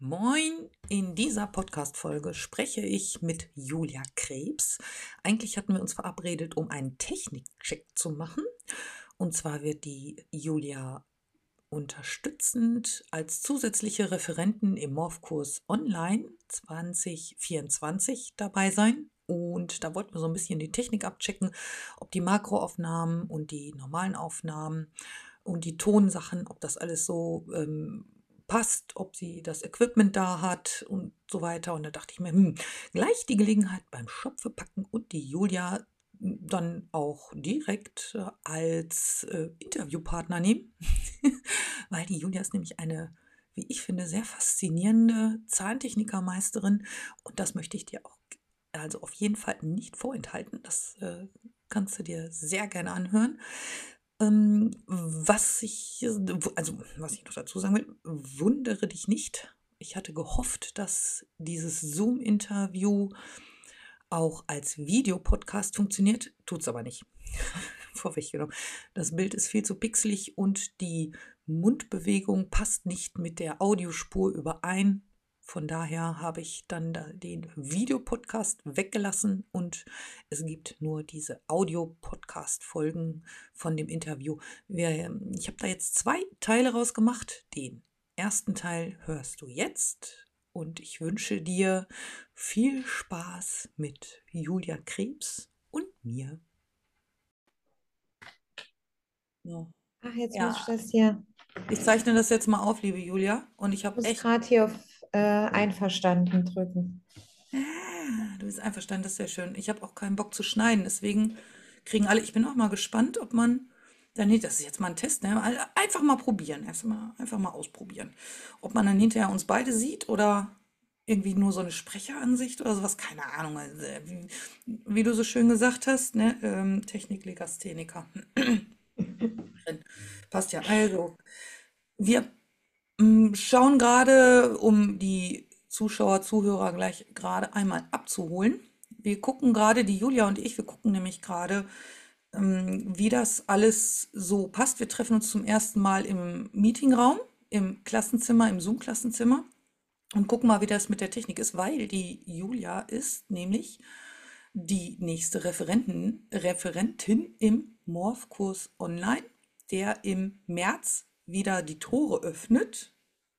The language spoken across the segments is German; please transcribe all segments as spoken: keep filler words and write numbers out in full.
Moin, in dieser Podcast-Folge spreche ich mit Julia Krebs. Eigentlich hatten wir uns verabredet, um einen Technikcheck zu machen. Und zwar wird die Julia unterstützend als zusätzliche Referentin im Morphkurs Online zwanzig vierundzwanzig dabei sein. Und da wollten wir so ein bisschen die Technik abchecken, ob die Makroaufnahmen und die normalen Aufnahmen und die Tonsachen, ob das alles so ähm, passt, ob sie das Equipment da hat und so weiter. Und da dachte ich mir, hm, gleich die Gelegenheit beim Schopfe packen und die Julia dann auch direkt äh, als äh, Interviewpartner nehmen, weil die Julia ist nämlich eine, wie ich finde, sehr faszinierende Zahntechnikermeisterin und das möchte ich dir auch also auf jeden Fall nicht vorenthalten. Das äh, kannst du dir sehr gerne anhören. Ähm, was ich, also was ich noch dazu sagen will, wundere dich nicht. Ich hatte gehofft, dass dieses Zoom-Interview auch als Videopodcast funktioniert, tut's aber nicht. Vorweggenommen. Das Bild ist viel zu pixelig und die Mundbewegung passt nicht mit der Audiospur überein. Von daher habe ich dann da den Videopodcast weggelassen und es gibt nur diese Audio-Podcast-Folgen von dem Interview. Wir, ich habe da jetzt zwei Teile rausgemacht. Den ersten Teil hörst du jetzt und ich wünsche dir viel Spaß mit Julia Krebs und mir. Ja. Ach, jetzt muss ich Ja, das hier. ich zeichne das jetzt mal auf, liebe Julia. Und ich Ich habe muss echt. gerade hier auf äh, Einverstanden drücken. Ah, du bist einverstanden, das ist sehr schön. Ich habe auch keinen Bock zu schneiden, deswegen kriegen alle. Ich bin auch mal gespannt, ob man. Ja, nee, das ist jetzt mal ein Test, ne? Al- Einfach mal probieren. Erstmal einfach mal ausprobieren. Ob man dann hinterher uns beide sieht oder irgendwie nur so eine Sprecheransicht oder sowas, keine Ahnung. Also, äh, wie, wie du so schön gesagt hast, ne? Ähm, Technik-Legastheniker. Passt ja. Also, wir Mm, schauen gerade, um die Zuschauer, Zuhörer gleich gerade einmal abzuholen. Wir gucken gerade, die Julia und ich, wir gucken nämlich gerade, ähm, wie das alles so passt. Wir treffen uns zum ersten Mal im Meetingraum, im Klassenzimmer, im Zoom-Klassenzimmer und gucken mal, wie das mit der Technik ist, weil die Julia ist nämlich die nächste Referentin, Referentin im Morphkurs Online, der im März wieder die Tore öffnet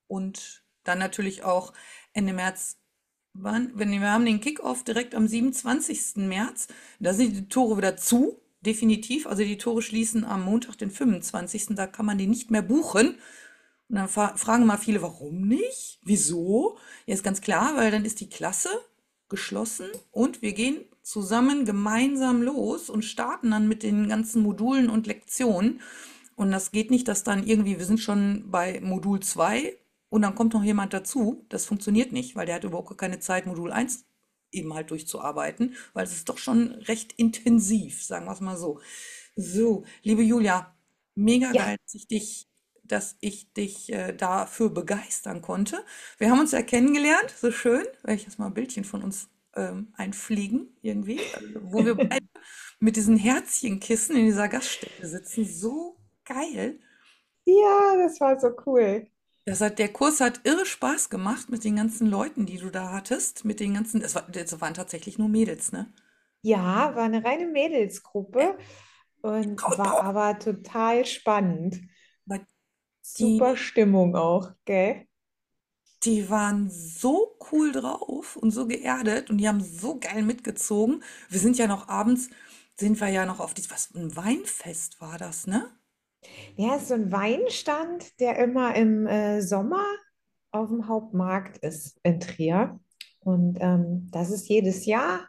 und dann natürlich auch Ende März, wann, wenn wir haben den Kickoff direkt am siebenundzwanzigsten März, da sind die Tore wieder zu, definitiv. Also die Tore schließen am Montag, den fünfundzwanzigsten Da kann man die nicht mehr buchen. Und dann fra fragen mal viele, warum nicht? Wieso? Ja, ist ganz klar, weil dann ist die Klasse geschlossen und wir gehen zusammen gemeinsam los und starten dann mit den ganzen Modulen und Lektionen. Und das geht nicht, dass dann irgendwie, wir sind schon bei Modul zwei und dann kommt noch jemand dazu. Das funktioniert nicht, weil der hat überhaupt keine Zeit, Modul eins eben halt durchzuarbeiten, weil es ist doch schon recht intensiv, sagen wir es mal so. So, liebe Julia, mega Ja, geil, dass ich dich, dass ich dich äh, dafür begeistern konnte. Wir haben uns ja kennengelernt, so schön, weil ich jetzt mal ein Bildchen von uns ähm, einfliegen irgendwie, also, wo wir beide mit diesen Herzchenkissen in dieser Gaststätte sitzen. So geil. ja, das war so cool. Das hat, der Kurs hat irre Spaß gemacht mit den ganzen Leuten, die du da hattest, mit den ganzen, das, war, das waren tatsächlich nur Mädels, ne? Ja, war eine reine Mädelsgruppe und war Traumtor. aber total spannend. Aber Super die Stimmung auch, gell? Die waren so cool drauf und so geerdet und die haben so geil mitgezogen. Wir sind ja noch abends, sind wir ja noch auf die, was, ein Weinfest war das, ne? Ja, ist so ein Weinstand, der immer im äh, Sommer auf dem Hauptmarkt ist in Trier. Und ähm, das ist jedes Jahr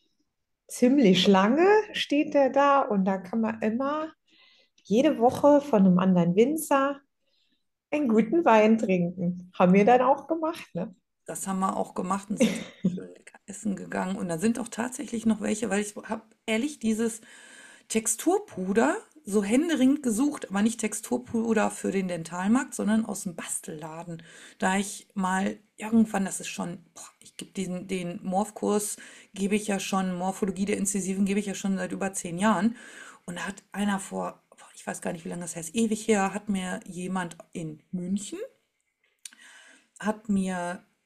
ziemlich lange, steht der da. Und da kann man immer jede Woche von einem anderen Winzer einen guten Wein trinken. Haben wir dann auch gemacht, ne? Das haben wir auch gemacht und sind dann schön lecker essen gegangen. Und da sind auch tatsächlich noch welche, weil ich habe ehrlich dieses Texturpuder so händeringend gesucht, aber nicht Texturpuder für den Dentalmarkt, sondern aus dem Bastelladen. Da ich mal irgendwann, das ist schon, boah, ich gebe diesen, den Morphkurs, gebe ich ja schon, Morphologie der Inzisiven gebe ich ja schon seit über zehn Jahren. Und da hat einer vor, boah, ich weiß gar nicht, wie lange das heißt, ewig her, hat mir jemand in München hat mir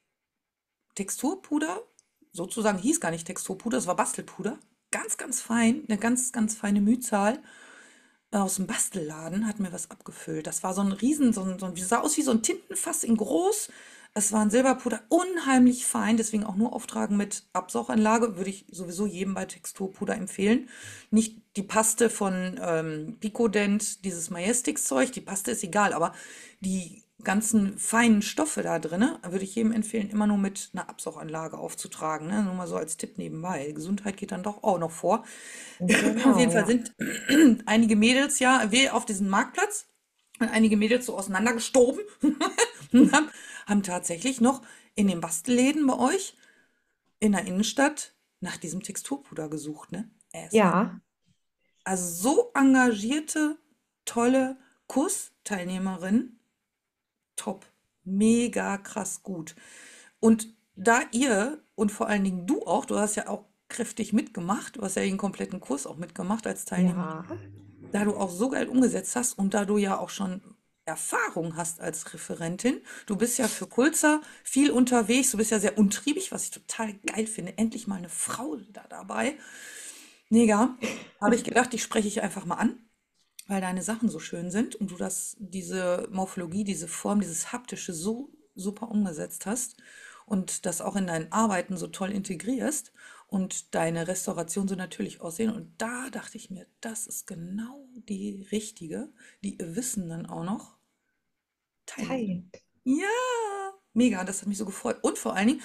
Texturpuder, sozusagen hieß gar nicht Texturpuder, es war Bastelpuder. Ganz, ganz fein, eine ganz, ganz feine Mühzahl aus dem Bastelladen, hat mir was abgefüllt. Das war so ein Riesen, so ein, so ein, sah aus wie so ein Tintenfass in groß. Es war ein Silberpuder, unheimlich fein, deswegen auch nur auftragen mit Absauganlage, würde ich sowieso jedem bei Texturpuder empfehlen. Nicht die Paste von ähm, Picodent, dieses Majestix-Zeug, die Paste ist egal, aber die ganzen feinen Stoffe da drinne würde ich jedem empfehlen, immer nur mit einer Absauganlage aufzutragen. Ne? Nur mal so als Tipp nebenbei. Gesundheit geht dann doch auch noch vor. Auf Genau, jeden Fall ja. sind einige Mädels ja wir auf diesem Marktplatz und einige Mädels so auseinandergestoben und haben, haben tatsächlich noch in den Bastelläden bei euch in der Innenstadt nach diesem Texturpuder gesucht, ne? Es war Ja, also so engagierte, tolle Kursteilnehmerin, top, mega krass gut. Und da ihr und vor allen Dingen du auch, du hast ja auch kräftig mitgemacht, du hast ja den kompletten Kurs auch mitgemacht als Teilnehmerin, ja, da du auch so geil umgesetzt hast und da du ja auch schon Erfahrung hast als Referentin, du bist ja für Kulzer viel unterwegs, du bist ja sehr untriebig, was ich total geil finde. Endlich mal eine Frau da dabei. Mega. Habe ich gedacht, die spreche ich einfach mal an, weil deine Sachen so schön sind und du das, diese Morphologie, diese Form, dieses Haptische so super umgesetzt hast und das auch in deinen Arbeiten so toll integrierst und deine Restaurationen so natürlich aussehen. Und da dachte ich mir, das ist genau die richtige, die ihr Wissen dann auch noch teilen will. teilen. Ja, mega, das hat mich so gefreut. Und vor allen Dingen,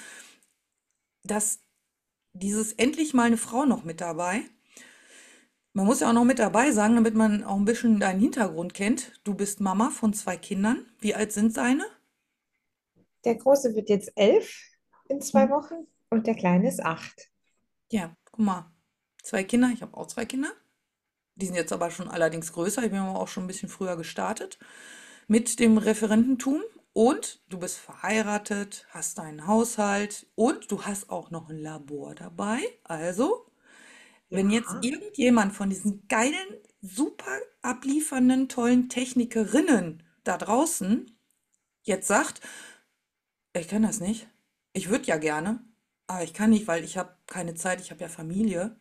dass dieses endlich mal eine Frau noch mit dabei. Man muss ja auch noch mit dabei sagen, damit man auch ein bisschen deinen Hintergrund kennt. Du bist Mama von zwei Kindern. Wie alt sind seine? Der Große wird jetzt elf in zwei Mhm. Wochen und der Kleine ist acht. Ja, guck mal. Zwei Kinder, ich habe auch zwei Kinder. Die sind jetzt aber schon allerdings größer. Ich bin aber auch schon ein bisschen früher gestartet mit dem Referententum. Und du bist verheiratet, hast deinen Haushalt und du hast auch noch ein Labor dabei. Also, wenn jetzt Ja, irgendjemand von diesen geilen, super abliefernden, tollen Technikerinnen da draußen jetzt sagt, ich kann das nicht. Ich würde ja gerne, aber ich kann nicht, weil ich habe keine Zeit, ich habe ja Familie.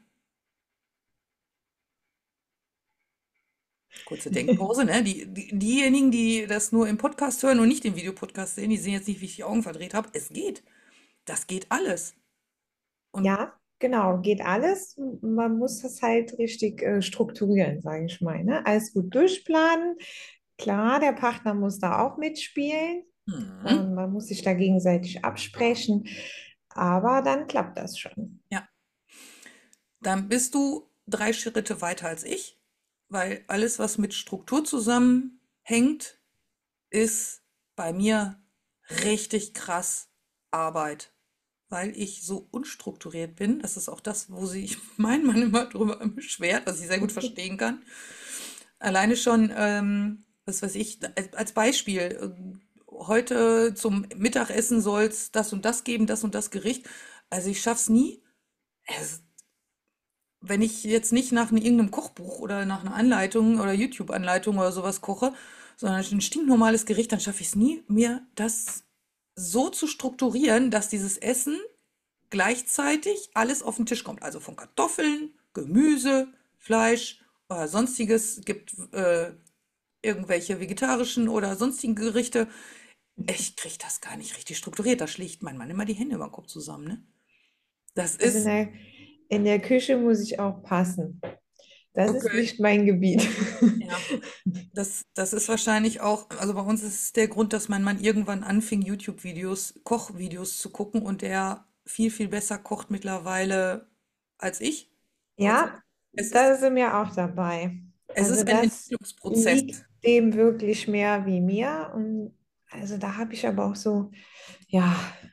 Kurze Denkpause, ne? Die, die, diejenigen, die das nur im Podcast hören und nicht im Videopodcast sehen, die sehen jetzt nicht, wie ich die Augen verdreht habe. Es geht. Das geht alles. Und ja, genau, geht alles. Man muss das halt richtig äh, strukturieren, sage ich mal. Ne? Alles gut durchplanen. Klar, der Partner muss da auch mitspielen mhm, und man muss sich da gegenseitig absprechen, aber dann klappt das schon. ja, dann bist du drei Schritte weiter als ich, weil alles, was mit Struktur zusammenhängt, ist bei mir richtig krass Arbeit, weil ich so unstrukturiert bin. Das ist auch das, wo sich mein Mann immer drüber beschwert, was ich sehr gut verstehen kann. Alleine schon, ähm, was weiß ich, als als Beispiel, äh, heute zum Mittagessen soll es das und das geben, das und das Gericht. Also ich schaff's nie. Es, wenn ich jetzt nicht nach n- irgendeinem Kochbuch oder nach einer Anleitung oder YouTube-Anleitung oder sowas koche, sondern ein stinknormales Gericht, dann schaffe ich es nie, mir das so zu strukturieren, dass dieses Essen gleichzeitig alles auf den Tisch kommt. Also von Kartoffeln, Gemüse, Fleisch oder sonstiges, gibt äh, irgendwelche vegetarischen oder sonstigen Gerichte. Ich kriege das gar nicht richtig strukturiert. Da schlägt mein Mann immer die Hände über den Kopf zusammen, ne? Das Also in ist, der, in der Küche muss ich auch passen. Das ist okay. nicht mein Gebiet. Ja. Das, das ist wahrscheinlich auch, also bei uns ist es der Grund, dass mein Mann irgendwann anfing, YouTube-Videos, Kochvideos zu gucken und der viel, viel besser kocht mittlerweile als ich. Gott sei Dank. Ja, Es ist, da sind wir auch dabei. es Also ist ein das Entwicklungsprozess. liegt dem wirklich mehr wie mir. Und also da habe ich aber auch so, ja,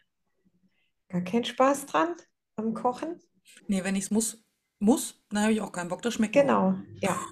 gar keinen Spaß dran am Kochen. Nee, wenn ich es muss, muss, dann habe ich auch keinen Bock, das schmeckt mir auch. Genau, ja.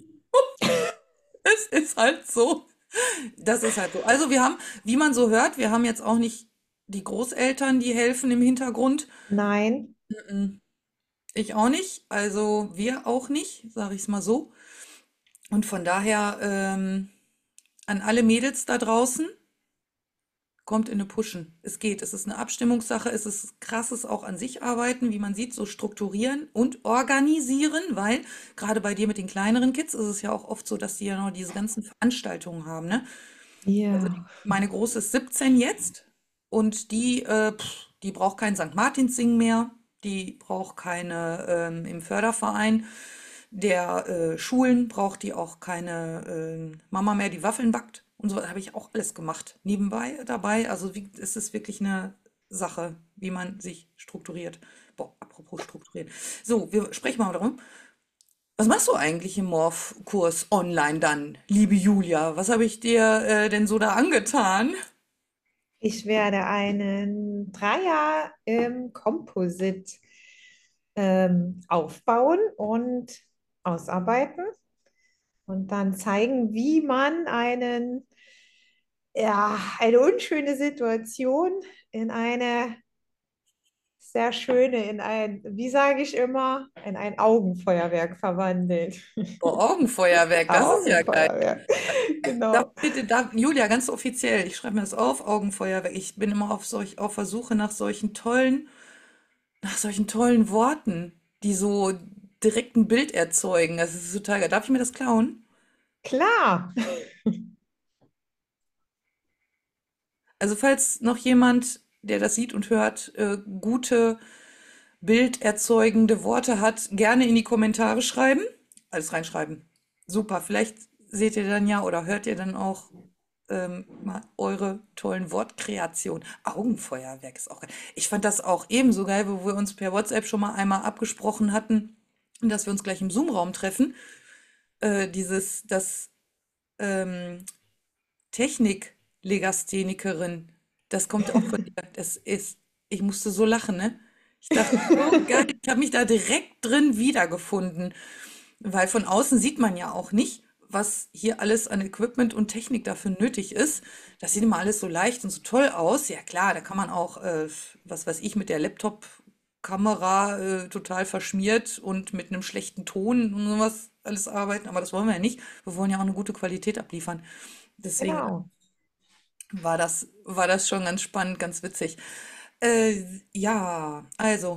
Es ist halt so. Das ist halt so. Also wir haben, wie man so hört, wir haben jetzt auch nicht die Großeltern, die helfen im Hintergrund. Nein, Mhm. Ich auch nicht, also wir auch nicht, sage ich es mal so. Und von daher ähm, an alle Mädels da draußen, kommt in eine Pushen. Es geht. Es ist eine Abstimmungssache. Es ist krasses auch an sich arbeiten, wie man sieht, so strukturieren und organisieren, weil gerade bei dir mit den kleineren Kids ist es ja auch oft so, dass die ja noch diese ganzen Veranstaltungen haben, ne? Also die, Ja, meine Große ist siebzehn jetzt und die, äh, pff, die braucht kein Sankt Martins singen mehr. Die braucht keine ähm, im Förderverein der äh, Schulen, braucht die auch keine ähm, Mama mehr, die Waffeln backt. Und so habe ich auch alles gemacht. Nebenbei dabei. Also wie, es ist wirklich eine Sache, wie man sich strukturiert. Boah, apropos strukturiert. So, wir sprechen mal darum. Was machst du eigentlich im Morph-Kurs online dann, liebe Julia? Was habe ich dir äh, denn so da angetan? ich werde einen Dreier im Composite ähm, aufbauen und ausarbeiten und dann zeigen, wie man einen, ja, eine unschöne Situation in eine sehr schöne, in ein, wie sage ich immer, in ein Augenfeuerwerk verwandelt. Oh, Augenfeuerwerk, das ist ja geil. Augenfeuerwerk, Darf genau. bitte, darf, Julia, ganz offiziell, ich schreibe mir das auf, Augenfeuerwerk. Ich bin immer auf, solch, auf der Suche nach solchen tollen, nach solchen tollen Worten, die so direkt ein Bild erzeugen. Das ist total geil. Darf ich mir das klauen? Klar, Also falls noch jemand, der das sieht und hört, äh, gute bilderzeugende Worte hat, gerne in die Kommentare schreiben. Alles reinschreiben. Super. Vielleicht seht ihr dann ja oder hört ihr dann auch ähm, mal eure tollen Wortkreationen. Augenfeuerwerk ist auch geil. Ich fand das auch ebenso geil, wo wir uns per WhatsApp schon mal einmal abgesprochen hatten, dass wir uns gleich im Zoom-Raum treffen. Äh, dieses, das ähm, Technik-Legasthenikerin, das kommt auch von dir. Das ist, ich musste so lachen, ne? Ich dachte, so geil, ich habe mich da direkt drin wiedergefunden, weil von außen sieht man ja auch nicht, was hier alles an Equipment und Technik dafür nötig ist. Das sieht immer alles so leicht und so toll aus. Ja klar, da kann man auch, äh, was weiß ich, mit der Laptop-Kamera äh, total verschmiert und mit einem schlechten Ton und sowas alles arbeiten, aber das wollen wir ja nicht. Wir wollen ja auch eine gute Qualität abliefern. Deswegen genau. war das, war das schon ganz spannend, ganz witzig. Äh, ja, also,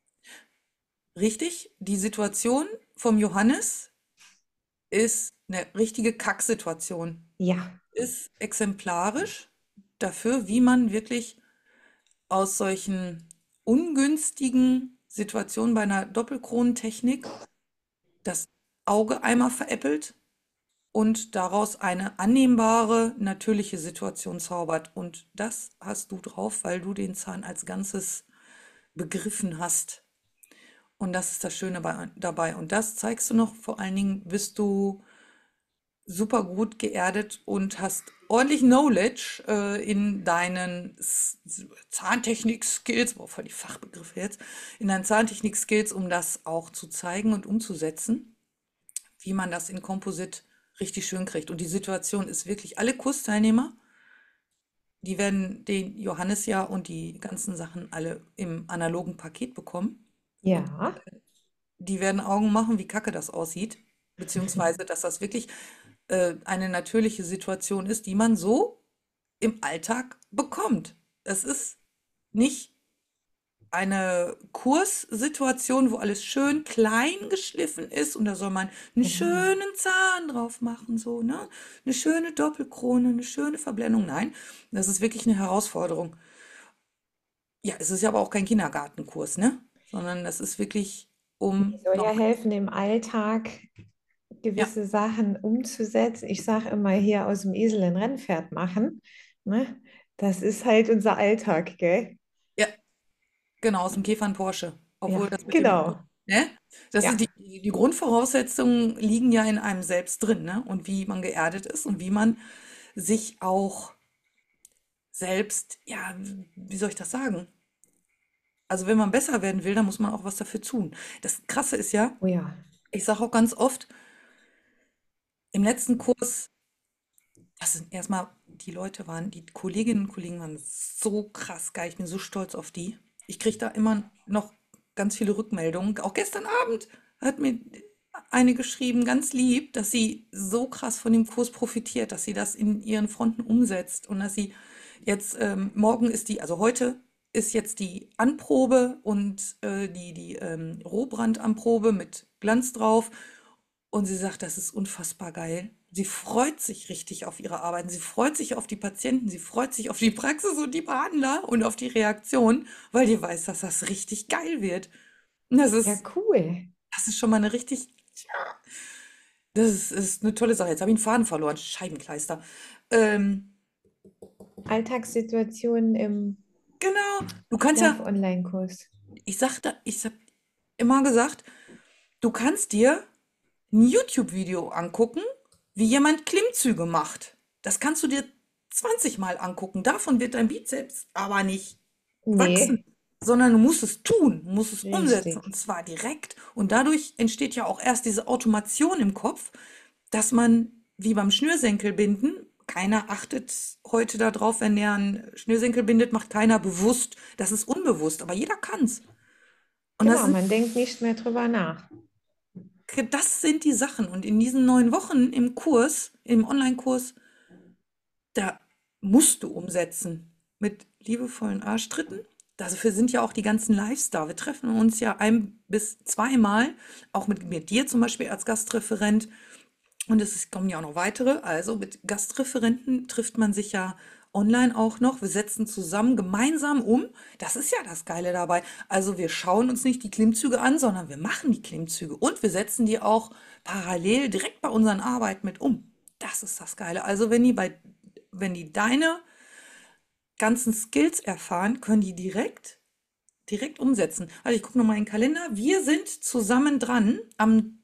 richtig, die Situation vom Johannes ist eine richtige Kacksituation. Ja, Ist exemplarisch dafür, wie man wirklich aus solchen ungünstigen Situationen bei einer Doppelkronentechnik das Auge einmal veräppelt und daraus eine annehmbare, natürliche Situation zaubert. Und das hast du drauf, weil du den Zahn als Ganzes begriffen hast. Und das ist das Schöne bei, dabei. Und das zeigst du noch, vor allen Dingen bist du super gut geerdet und hast ordentlich Knowledge äh, in deinen S- Zahntechnik-Skills, boah, voll die Fachbegriffe jetzt, in deinen Zahntechnik-Skills, um das auch zu zeigen und umzusetzen, wie man das in Composite richtig schön kriegt. Und die Situation ist wirklich, alle Kursteilnehmer, die werden den Johannes ja und die ganzen Sachen alle im analogen Paket bekommen. Und ja, die werden Augen machen, wie kacke das aussieht, beziehungsweise dass das wirklich äh, eine natürliche Situation ist, die man so im Alltag bekommt. Es ist nicht eine Kurssituation, wo alles schön klein geschliffen ist und da soll man einen genau. schönen Zahn drauf machen, so, ne? Eine schöne Doppelkrone, eine schöne Verblendung. Nein, das ist wirklich eine Herausforderung. Ja, es ist ja aber auch kein Kindergartenkurs, ne? Sondern das ist wirklich Die um soll ja noch, helfen, im Alltag ja, gewisse Sachen umzusetzen. Ich sage immer hier aus dem Esel ein Rennpferd machen. Ne? Das ist halt unser Alltag, gell? ja, genau, aus dem Käfer ein Porsche. Ja, Obwohl das mit dem, genau. ne? Das ist Ja, die, die die Grundvoraussetzungen liegen ja in einem selbst drin, ne? Und wie man geerdet ist und wie man sich auch selbst, ja, wie soll ich das sagen? Also wenn man besser werden will, dann muss man auch was dafür tun. Das Krasse ist ja, oh ja. ich sage auch ganz oft, im letzten Kurs, das sind erstmal, die Leute waren, die Kolleginnen und Kollegen waren so krass geil. Ich bin so stolz auf die. Ich kriege da immer noch ganz viele Rückmeldungen. Auch gestern Abend hat mir eine geschrieben, ganz lieb, dass sie so krass von dem Kurs profitiert, dass sie das in ihren Fronten umsetzt und dass sie Jetzt, ähm, morgen ist die, also heute ist jetzt die Anprobe und äh, die, die ähm, Rohbrandanprobe mit Glanz drauf. Und sie sagt, das ist unfassbar geil. Sie freut sich richtig auf ihre Arbeit. Sie freut sich auf die Patienten, sie freut sich auf die Praxis und die Behandler und auf die Reaktion, weil die weiß, dass das richtig geil wird. Und das Ja, ist, cool. das ist schon mal eine richtig, das ist, ist eine tolle Sache. Jetzt habe ich den Faden verloren. Scheibenkleister. Ähm, Alltagssituationen im genau. Du kannst ja, Live-Online-Kurs. ich sagte, ich habe immer gesagt, du kannst dir ein YouTube-Video angucken, wie jemand Klimmzüge macht. Das kannst du dir zwanzig Mal angucken. Davon wird dein Bizeps aber nicht wachsen, Nee, sondern du musst es tun, du musst es umsetzen richtig. und zwar direkt. Und dadurch entsteht ja auch erst diese Automation im Kopf, dass man wie beim Schnürsenkelbinden, keiner achtet heute darauf, wenn er einen Schnürsenkel bindet, macht keiner bewusst. Das ist unbewusst, aber jeder kann's. Und das Genau, sind man denkt nicht mehr drüber nach. das sind die Sachen. Und in diesen neun Wochen im Kurs, im Online-Kurs, da musst du umsetzen mit liebevollen Arschtritten. Dafür sind ja auch die ganzen Lives da. Wir treffen uns ja ein bis zweimal, auch mit, mit dir zum Beispiel als Gastreferent. Und es ist, kommen ja auch noch weitere. Also mit Gastreferenten trifft man sich ja online auch noch. Wir setzen zusammen gemeinsam um. Das ist ja das Geile dabei. Also wir schauen uns nicht die Klimmzüge an, sondern wir machen die Klimmzüge und wir setzen die auch parallel direkt bei unseren Arbeiten mit um. Das ist das Geile. Also wenn die bei, wenn die deine ganzen Skills erfahren, können die direkt, direkt umsetzen. Also ich gucke nochmal in den Kalender. Wir sind zusammen dran am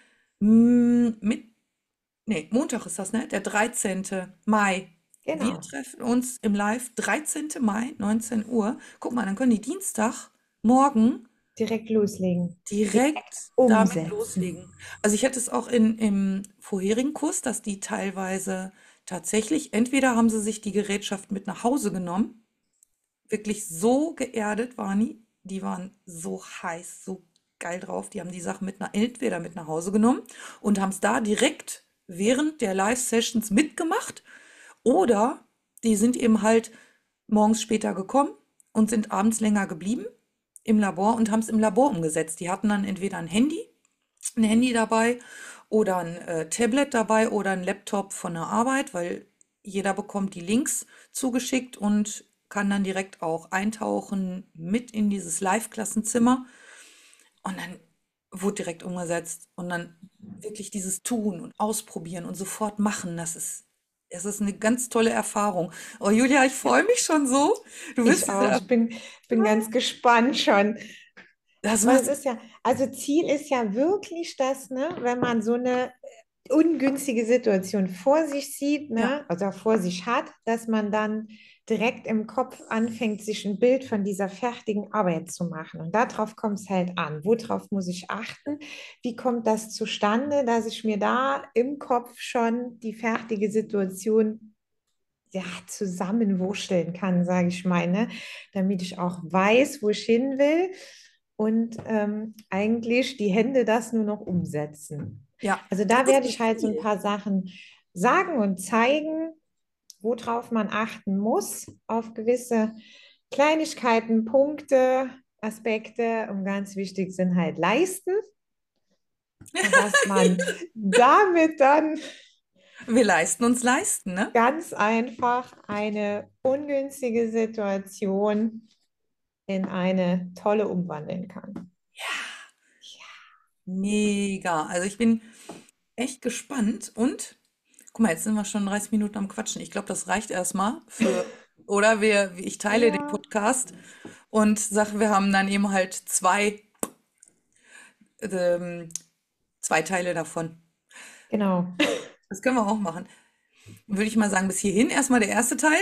mm, mit Nee, Montag ist das, ne? Der dreizehnte Mai. Wir Genau, treffen uns im Live, dreizehnte Mai, neunzehn Uhr. Guck mal, dann können die Dienstag morgen direkt loslegen. Direkt direkt damit umsetzen. loslegen. Also ich hatte es auch in, im vorherigen Kurs, dass die teilweise tatsächlich, entweder haben sie sich die Gerätschaft mit nach Hause genommen, wirklich so geerdet waren die, die waren so heiß, so geil drauf, die haben die Sachen mit nach, entweder mit nach Hause genommen und haben es da direkt während der Live-Sessions mitgemacht oder die sind eben halt morgens später gekommen und sind abends länger geblieben im Labor und haben es im Labor umgesetzt. Die hatten dann entweder ein Handy, ein Handy dabei oder ein äh, Tablet dabei oder ein Laptop von der Arbeit, weil jeder bekommt die Links zugeschickt und kann dann direkt auch eintauchen mit in dieses Live-Klassenzimmer. Und dann wurde direkt umgesetzt und dann wirklich dieses Tun und Ausprobieren und sofort machen, das ist, es ist eine ganz tolle Erfahrung. Oh Julia, ich freue mich schon so. Du wirst Ich diese, auch. Er- Ich bin, bin ganz gespannt schon. das Weil es macht, ist ja, also Ziel ist ja wirklich das, ne, wenn man so eine ungünstige Situation vor sich sieht, ja, ne, also vor sich hat, dass man dann direkt im Kopf anfängt, sich ein Bild von dieser fertigen Arbeit zu machen. Und darauf kommt es halt an. Worauf muss ich achten? Wie kommt das zustande, dass ich mir da im Kopf schon die fertige Situation ja, zusammenwurschteln kann, sage ich mal, ne? Damit ich auch weiß, wo ich hin will und ähm, eigentlich die Hände das nur noch umsetzen. ja, Also das da ist werde das ich halt so ein Ziel. paar Sachen sagen und zeigen, worauf man achten muss, auf gewisse Kleinigkeiten, Punkte, Aspekte und ganz wichtig sind halt Leisten und dass man damit dann Wir leisten uns leisten, ne? ganz einfach eine ungünstige Situation in eine tolle umwandeln kann. Mega. Also ich bin echt gespannt und guck mal, jetzt sind wir schon dreißig Minuten am Quatschen. Ich glaube, das reicht erstmal für, oder wir, ich teile den Ja, Podcast und sage, wir haben dann eben halt zwei, ähm, zwei Teile davon. genau. Das können wir auch machen. Würde ich mal sagen, bis hierhin erstmal der erste Teil.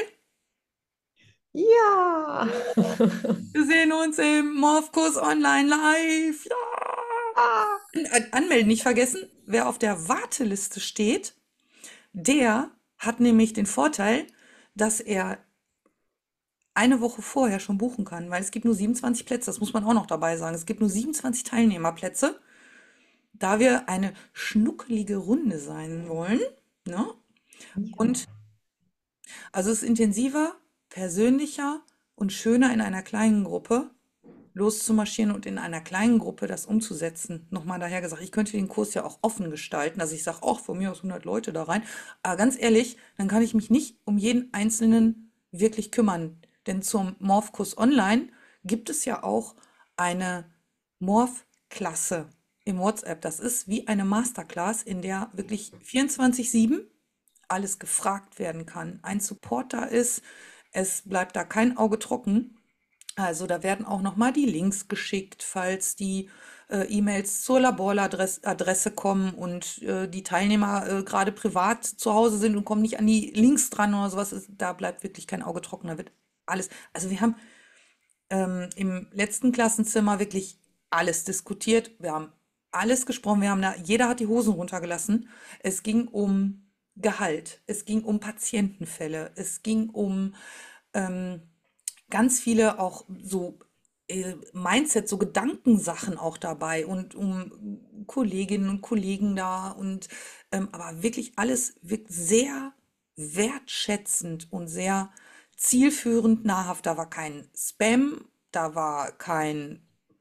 Ja. Wir sehen uns im Morphkurs online live. Ja. Ah, An- Anmelden nicht vergessen. Wer auf der Warteliste steht, der hat nämlich den Vorteil, dass er eine Woche vorher schon buchen kann, weil es gibt nur siebenundzwanzig Plätze. Das muss man auch noch dabei sagen. Es gibt nur siebenundzwanzig Teilnehmerplätze. Da wir eine schnuckelige Runde sein wollen, ne? ja. Und also es ist intensiver. persönlicher und schöner in einer kleinen Gruppe loszumarschieren und in einer kleinen Gruppe das umzusetzen. Nochmal daher gesagt, ich könnte den Kurs ja auch offen gestalten, dass ich sage, ach, von mir aus hundert Leute da rein. Aber ganz ehrlich, dann kann ich mich nicht um jeden Einzelnen wirklich kümmern. Denn zum Morphkurs Online gibt es ja auch eine Morph-Klasse im WhatsApp. Das ist wie eine Masterclass, in der wirklich vierundzwanzig sieben alles gefragt werden kann. Ein Support da ist, es bleibt da kein Auge trocken. Also da werden auch nochmal die Links geschickt, falls die äh, E-Mails zur Laboradresse Adresse kommen und äh, die Teilnehmer äh, gerade privat zu Hause sind und kommen nicht an die Links dran oder sowas. Ist, da bleibt wirklich kein Auge trocken. Da wird alles. Also wir haben ähm, im letzten Klassenzimmer wirklich alles diskutiert. Wir haben alles gesprochen. Wir haben da, jeder hat die Hosen runtergelassen. Es ging um Gehalt. Es ging um Patientenfälle. Es ging um ähm, ganz viele auch so äh, Mindset, so Gedankensachen auch dabei und um Kolleginnen und Kollegen da und ähm, aber wirklich alles wirkt sehr wertschätzend und sehr zielführend nahrhaft. Da war kein Spam, da war kein,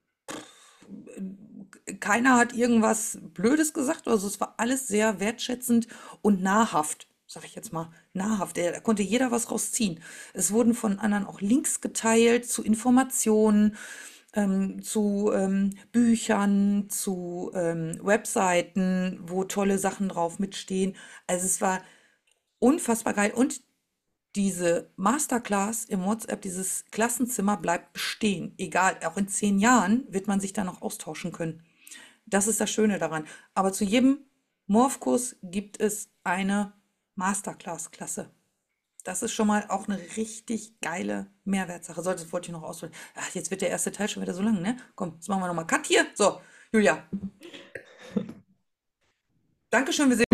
keiner hat irgendwas Blödes gesagt. Also es war alles sehr wertschätzend und nahrhaft, sag ich jetzt mal, nahrhaft. Da konnte jeder was rausziehen. Es wurden von anderen auch Links geteilt zu Informationen, ähm, zu ähm, Büchern, zu ähm, Webseiten, wo tolle Sachen drauf mitstehen. Also es war unfassbar geil. Und diese Masterclass im WhatsApp, dieses Klassenzimmer bleibt bestehen. Egal, auch in zehn Jahren wird man sich da noch austauschen können. Das ist das Schöne daran. Aber zu jedem Morphkurs gibt es eine Masterclass-Klasse. Das ist schon mal auch eine richtig geile Mehrwertsache. So, das wollte ich noch ausholen. Ach, jetzt wird der erste Teil schon wieder so lang, ne? Komm, jetzt machen wir nochmal Cut hier. So, Julia, Dankeschön. Wir sehen